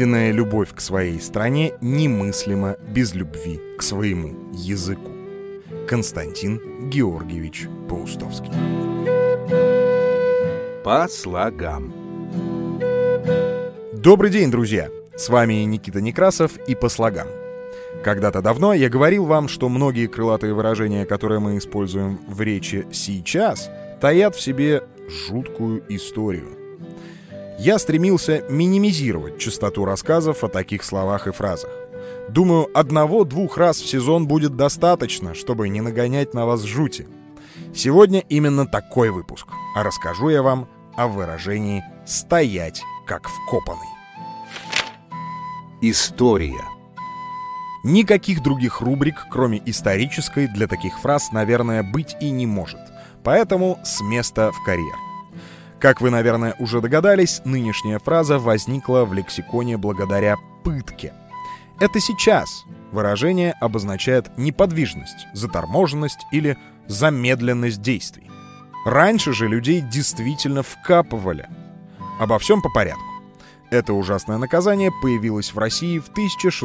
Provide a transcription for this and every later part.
Истинная любовь к своей стране немыслима без любви к своему языку. Константин Георгиевич Паустовский. По слогам. Добрый день, друзья! С вами Никита Некрасов и по слогам. Когда-то давно я говорил вам, что многие крылатые выражения, которые мы используем в речи сейчас, таят в себе жуткую историю. Я стремился минимизировать частоту рассказов о таких словах и фразах. Думаю, 1-2 раз в сезон будет достаточно, чтобы не нагонять на вас жути. Сегодня именно такой выпуск, а расскажу я вам о выражении «стоять как вкопанный». История. Никаких других рубрик, кроме исторической, для таких фраз, наверное, быть и не может. Поэтому с места в карьер. Как вы, наверное, уже догадались, нынешняя фраза возникла в лексиконе благодаря пытке. Это сейчас выражение обозначает неподвижность, заторможенность или замедленность действий. Раньше же людей действительно вкапывали. Обо всем по порядку. Это ужасное наказание появилось в России в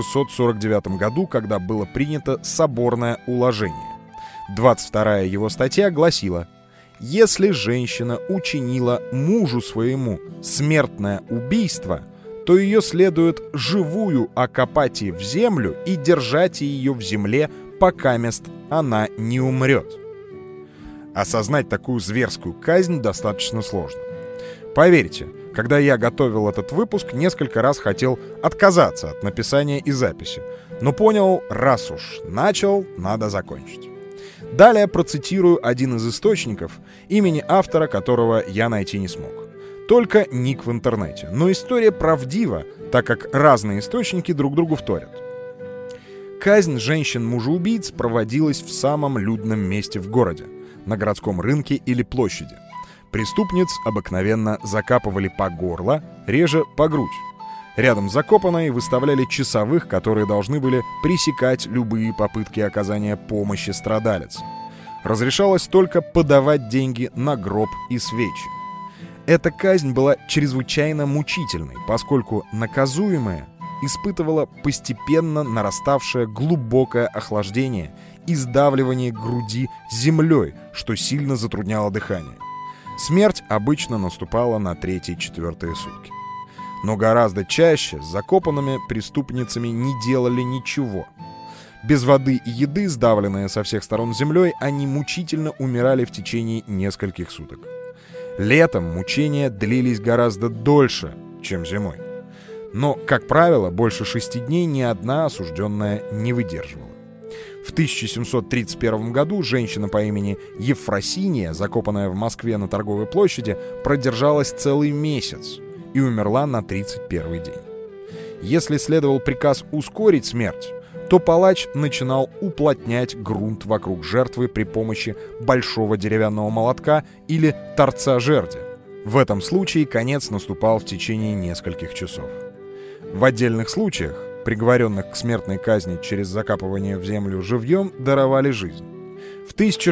1649 году, когда было принято соборное уложение. 22-я его статья гласила: «Если женщина учинила мужу своему смертное убийство, то ее следует живую окопать в землю и держать ее в земле, покамест она не умрет». Осознать такую зверскую казнь достаточно сложно. Поверьте, когда я готовил этот выпуск, несколько раз хотел отказаться от написания и записи, но понял, раз уж начал, надо закончить. Далее процитирую один из источников, имени автора которого я найти не смог. Только ник в интернете. Но история правдива, так как разные источники друг другу вторят. Казнь женщин-мужеубийц проводилась в самом людном месте в городе, на городском рынке или площади. Преступниц обыкновенно закапывали по горло, реже по грудь. Рядом с закопанной выставляли часовых, которые должны были пресекать любые попытки оказания помощи страдалице. Разрешалось только подавать деньги на гроб и свечи. Эта казнь была чрезвычайно мучительной, поскольку наказуемая испытывала постепенно нараставшее глубокое охлаждение и сдавливание груди землей, что сильно затрудняло дыхание. Смерть обычно наступала на 3-4 сутки. Но гораздо чаще с закопанными преступницами не делали ничего. Без воды и еды, сдавленные со всех сторон землей, они мучительно умирали в течение нескольких суток. Летом мучения длились гораздо дольше, чем зимой. Но, как правило, больше 6 дней ни одна осужденная не выдерживала. В 1731 году женщина по имени Ефросиния, закопанная в Москве на Торговой площади, продержалась целый месяц и умерла на 31-й день. Если следовал приказ ускорить смерть, то палач начинал уплотнять грунт вокруг жертвы при помощи большого деревянного молотка или торца жерди. В этом случае конец наступал в течение нескольких часов. В отдельных случаях приговоренных к смертной казни через закапывание в землю живьем даровали жизнь. В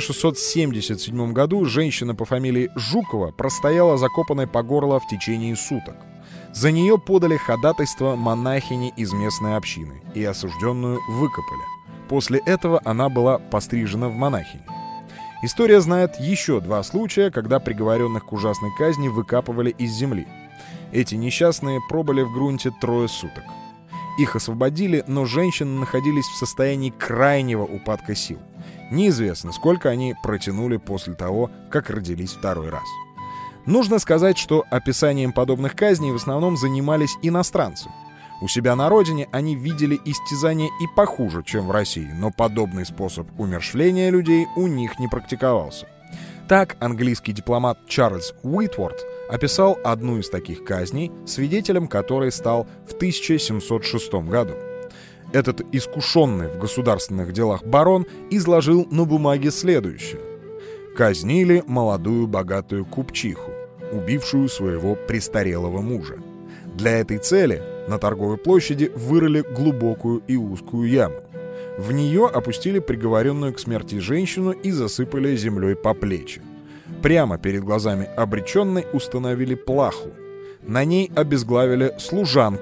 1677 году женщина по фамилии Жукова простояла закопанной по горло в течение суток. За нее подали ходатайство монахини из местной общины и осужденную выкопали. После этого она была пострижена в монахини. История знает еще 2 случая, когда приговоренных к ужасной казни выкапывали из земли. Эти несчастные пробыли в грунте 3 суток. Их освободили, но женщины находились в состоянии крайнего упадка сил. Неизвестно, сколько они протянули после того, как родились 2-й раз. Нужно сказать, что описанием подобных казней в основном занимались иностранцы. У себя на родине они видели истязания и похуже, чем в России, но подобный способ умерщвления людей у них не практиковался. Так английский дипломат Чарльз Уитворд описал одну из таких казней, свидетелем которой стал в 1706 году. Этот искушенный в государственных делах барон изложил на бумаге следующее. Казнили молодую богатую купчиху, убившую своего престарелого мужа. Для этой цели на Торговой площади вырыли глубокую и узкую яму. В нее опустили приговоренную к смерти женщину и засыпали землей по плечи. Прямо перед глазами обреченной установили плаху. На ней обезглавили служанку,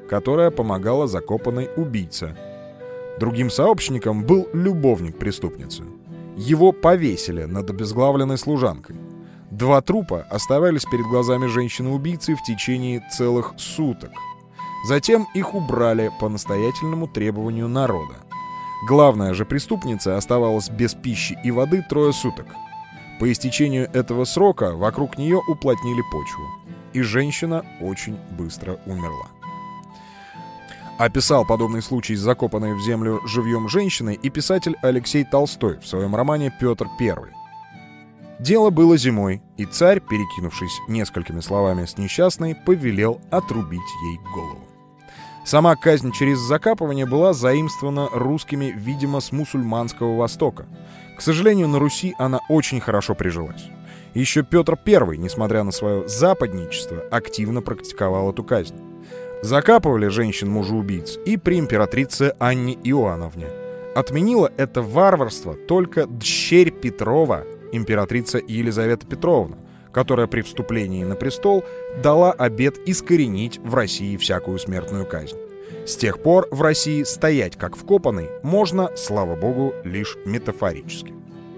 которая помогала закопанной убийце. Другим сообщником был любовник преступницы. Его повесили над обезглавленной служанкой. 2 трупа оставались перед глазами женщины-убийцы в течение целых суток. Затем их убрали по настоятельному требованию народа. Главная же преступница оставалась без пищи и воды 3 суток. По истечению этого срока вокруг нее уплотнили почву, и женщина очень быстро умерла. Описал подобный случай с закопанной в землю живьем женщиной и писатель Алексей Толстой в своем романе «Петр I». Дело было зимой, и царь, перекинувшись несколькими словами с несчастной, повелел отрубить ей голову. Сама казнь через закапывание была заимствована русскими, видимо, с мусульманского Востока. К сожалению, на Руси она очень хорошо прижилась. Еще Петр I, несмотря на свое западничество, активно практиковал эту казнь. Закапывали женщин-мужеубийц и при императрице Анне Иоанновне. Отменила это варварство только дщерь Петрова, императрица Елизавета Петровна, которая при вступлении на престол дала обет искоренить в России всякую смертную казнь. С тех пор в России стоять как вкопанный можно, слава богу, лишь метафорически.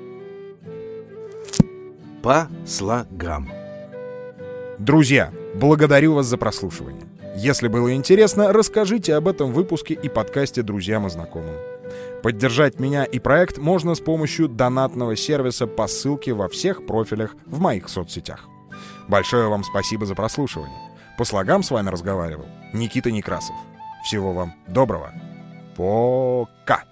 По слогам. Друзья, благодарю вас за прослушивание. Если было интересно, расскажите об этом выпуске и подкасте друзьям и знакомым. Поддержать меня и проект можно с помощью донатного сервиса по ссылке во всех профилях в моих соцсетях. Большое вам спасибо за прослушивание. По слогам с вами разговаривал Никита Некрасов. Всего вам доброго. Пока.